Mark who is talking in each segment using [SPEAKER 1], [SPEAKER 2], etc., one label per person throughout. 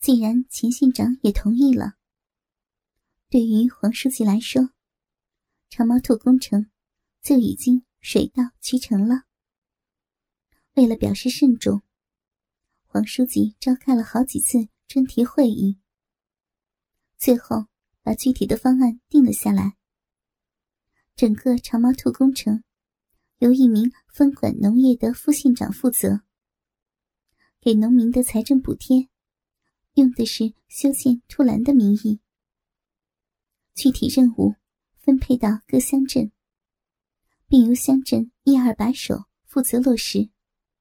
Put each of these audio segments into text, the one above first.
[SPEAKER 1] 既然钱县长也同意了，对于黄书记来说，长毛兔工程就已经水到渠成了。为了表示慎重，黄书记召开了好几次专题会议，最后把具体的方案定了下来。整个长毛兔工程由一名分管农业的副县长负责，给农民的财政补贴用的是修建兔栏的名义，具体任务分配到各乡镇，并由乡镇1、2把手负责落实。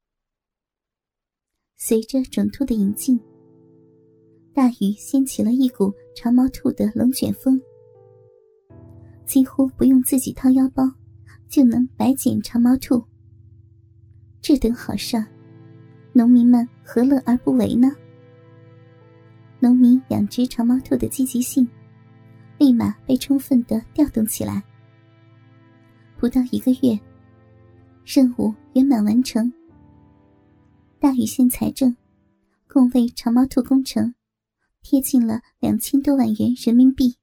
[SPEAKER 1] 随着种兔的引进，大禹掀起了一股长毛兔的龙卷风，几乎不用自己掏腰包就能白捡长毛兔。这等好事儿，农民们何乐而不为呢？农民养殖长毛兔的积极性立马被充分地调动起来。不到1个月，任务圆满完成。大禹县财政共为长毛兔工程贴进了2000多万元人民币。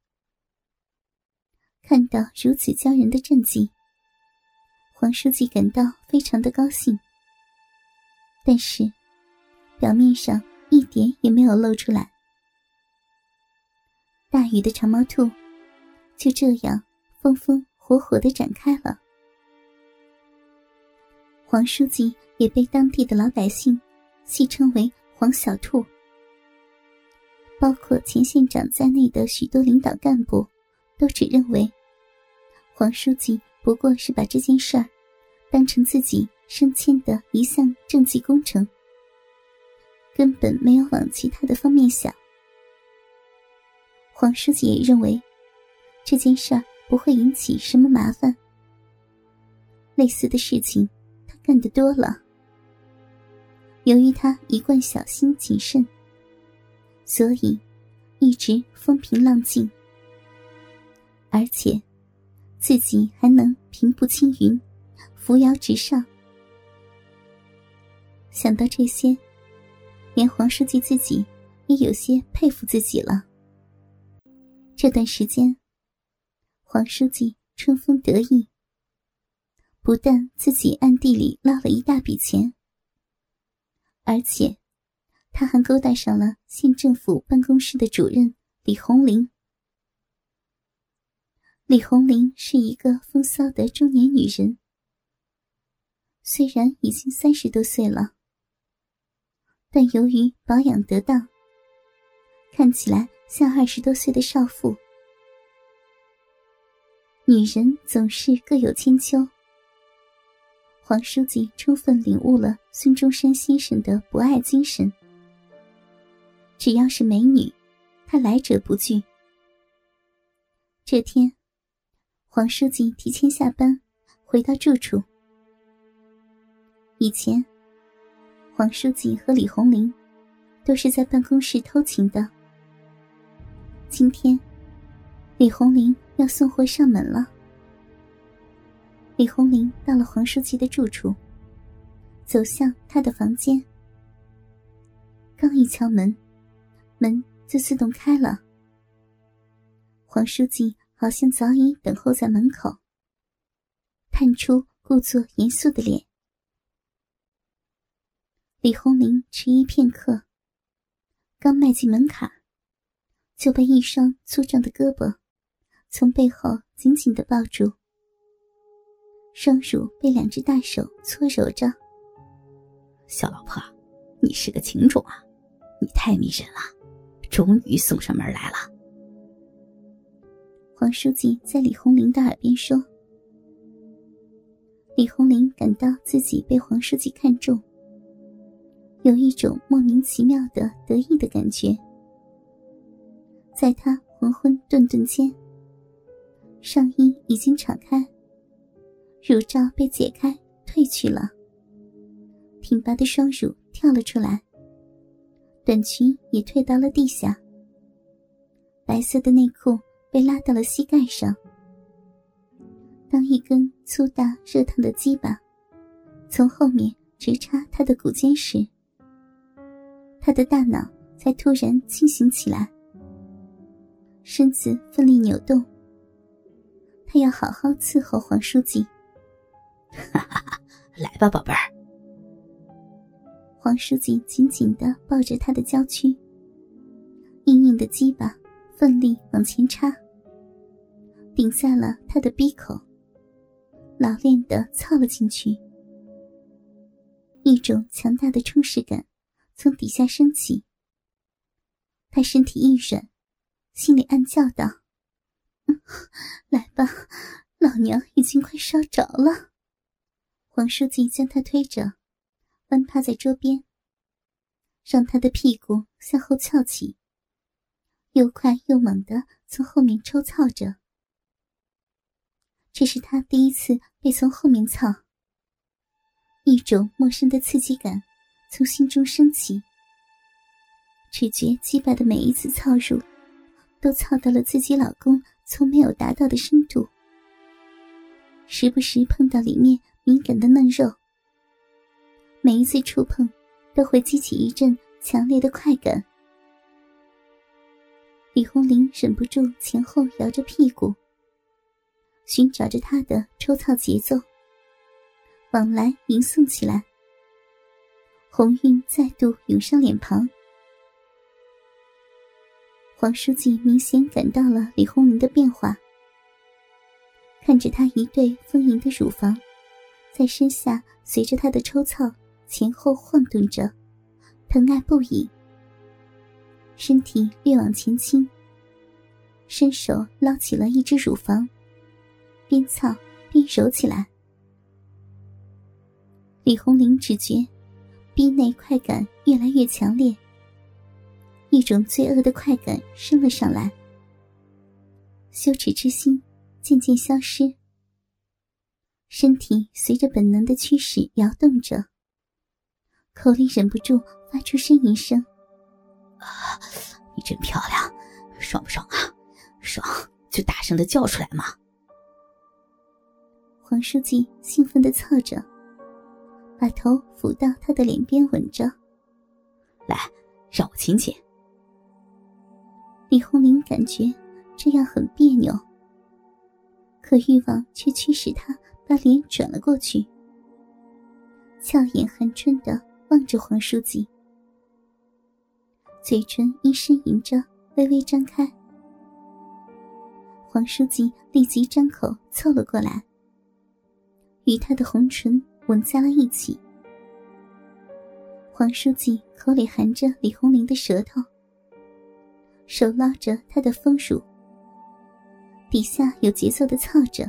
[SPEAKER 1] 看到如此骄人的政绩，黄书记感到非常的高兴，但是表面上一点也没有露出来。大禹的长毛兔就这样风风火火地展开了。黄书记也被当地的老百姓戏称为黄小兔，包括钱县长在内的许多领导干部都只认为黄书记不过是把这件事儿当成自己升迁的一项政绩工程，根本没有往其他的方面想。黄书记也认为这件事儿不会引起什么麻烦，类似的事情他干得多了。由于他一贯小心谨慎，所以一直风平浪静，而且自己还能平步青云，扶摇直上。想到这些，连黄书记自己也有些佩服自己了。这段时间，黄书记春风得意，不但自己暗地里捞了一大笔钱，而且他还勾搭上了县政府办公室的主任李红玲。李红玲是一个风骚的中年女人，虽然已经30多岁了，但由于保养得当，看起来像20多岁的少妇。女人总是各有千秋，黄书记充分领悟了孙中山先生的博爱精神，只要是美女，他来者不拒。这天，黄书记提前下班回到住处。以前黄书记和李红玲都是在办公室偷情的，今天李红玲要送货上门了。李红玲到了黄书记的住处，走向他的房间，刚一敲门，门就自动开了。黄书记好像早已等候在门口，探出故作严肃的脸。李红玲迟疑片刻，刚迈进门槛，就被一双粗壮的胳膊从背后紧紧地抱住，双乳被2只大手搓揉着。
[SPEAKER 2] 小老婆，你是个情种啊，你太迷人了，终于送上门来了。
[SPEAKER 1] 黄书记在李红玲的耳边说。李红玲感到自己被黄书记看中，有一种莫名其妙的得意的感觉。在她昏昏顿顿间，上衣已经敞开，乳罩被解开褪去了，挺拔的双乳跳了出来，短裙也退到了地下，白色的内裤被拉到了膝盖上。当一根粗大热烫的鸡巴从后面直插他的骨尖时，他的大脑才突然清醒起来，身子奋力扭动。他要好好伺候黄书记。
[SPEAKER 2] 哈哈哈，来吧，宝贝儿。
[SPEAKER 1] 黄书记紧紧地抱着他的娇躯，硬硬的鸡巴奋力往前插，顶在了他的鼻口，老练地操了进去。一种强大的充实感从底下升起，他身体一软，心里暗叫道：来吧，老娘已经快烧着了。黄书记将他推着弯趴在桌边，让他的屁股向后翘起，又快又猛地从后面抽操着。这是他第一次被从后面操，一种陌生的刺激感从心中升起，只觉鸡巴的每一次操入都操到了自己老公从没有达到的深度，时不时碰到里面敏感的嫩肉，每一次触碰都会激起一阵强烈的快感。李红玲忍不住前后摇着屁股，寻找着他的抽操节奏，往来吟诵起来，红晕再度涌上脸庞。黄书记明显感到了李红玲的变化，看着她一对丰盈的乳房在身下随着她的抽操前后晃动着，疼爱不已，身体略往前倾，伸手捞起了一只乳房，边操边揉起来。李红玲只觉逼内快感越来越强烈，一种罪恶的快感升了上来，羞耻之心渐渐消失，身体随着本能的驱使摇动着，口里忍不住发出呻吟声：
[SPEAKER 2] 你真漂亮，爽不爽啊？爽就大声地叫出来嘛。
[SPEAKER 1] 黄书记兴奋地操着，把头俯到他的脸边吻着。
[SPEAKER 2] 来，让我亲亲。
[SPEAKER 1] 李红玲感觉这样很别扭，可欲望却驱使她把脸转了过去，俏眼含春地望着黄书记，嘴唇因呻吟着微微张开。黄书记立即张口凑了过来，与他的红唇吻在了一起。黄书记口里含着李红玲的舌头，手捞着她的丰乳，底下有节奏地操着，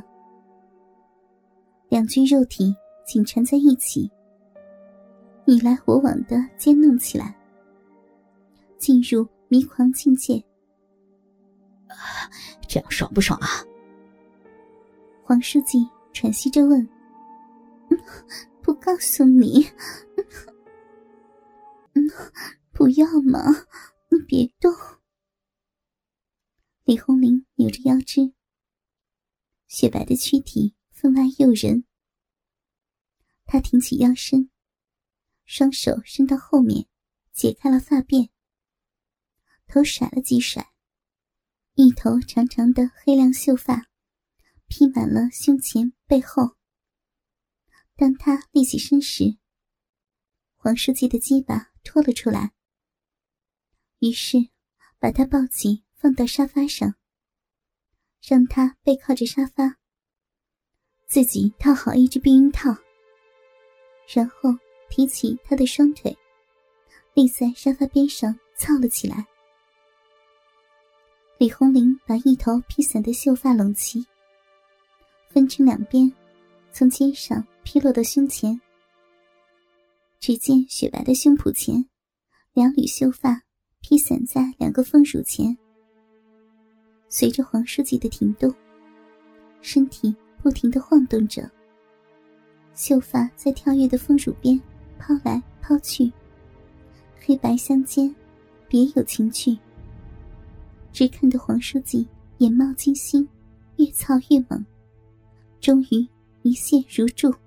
[SPEAKER 1] 两具肉体紧缠在一起，你来我往地奸弄起来，进入迷狂境界。
[SPEAKER 2] 这样爽不爽啊？
[SPEAKER 1] 黄书记喘息着问。不告诉你。不要嘛，你别动。李红玲扭着腰肢，雪白的躯体分外诱人。她挺起腰身，双手伸到后面解开了发辫，头甩了几甩，一头长长的黑亮秀发披满了胸前背后。当他立起身时，黄书记的鸡巴拖了出来，于是把他抱起放到沙发上，让他背靠着沙发，自己套好一只避孕套，然后提起他的双腿，立在沙发边上操了起来。李红玲把一头披散的秀发拢齐，分成两边，从肩上披落到胸前。只见雪白的胸脯前，两缕秀发披散在两个丰乳前。随着黄书记的停动，身体不停地晃动着，秀发在跳跃的丰乳边抛来抛去，黑白相间，别有情趣。只看得黄书记眼冒金星，越操越猛，终于一泻如注。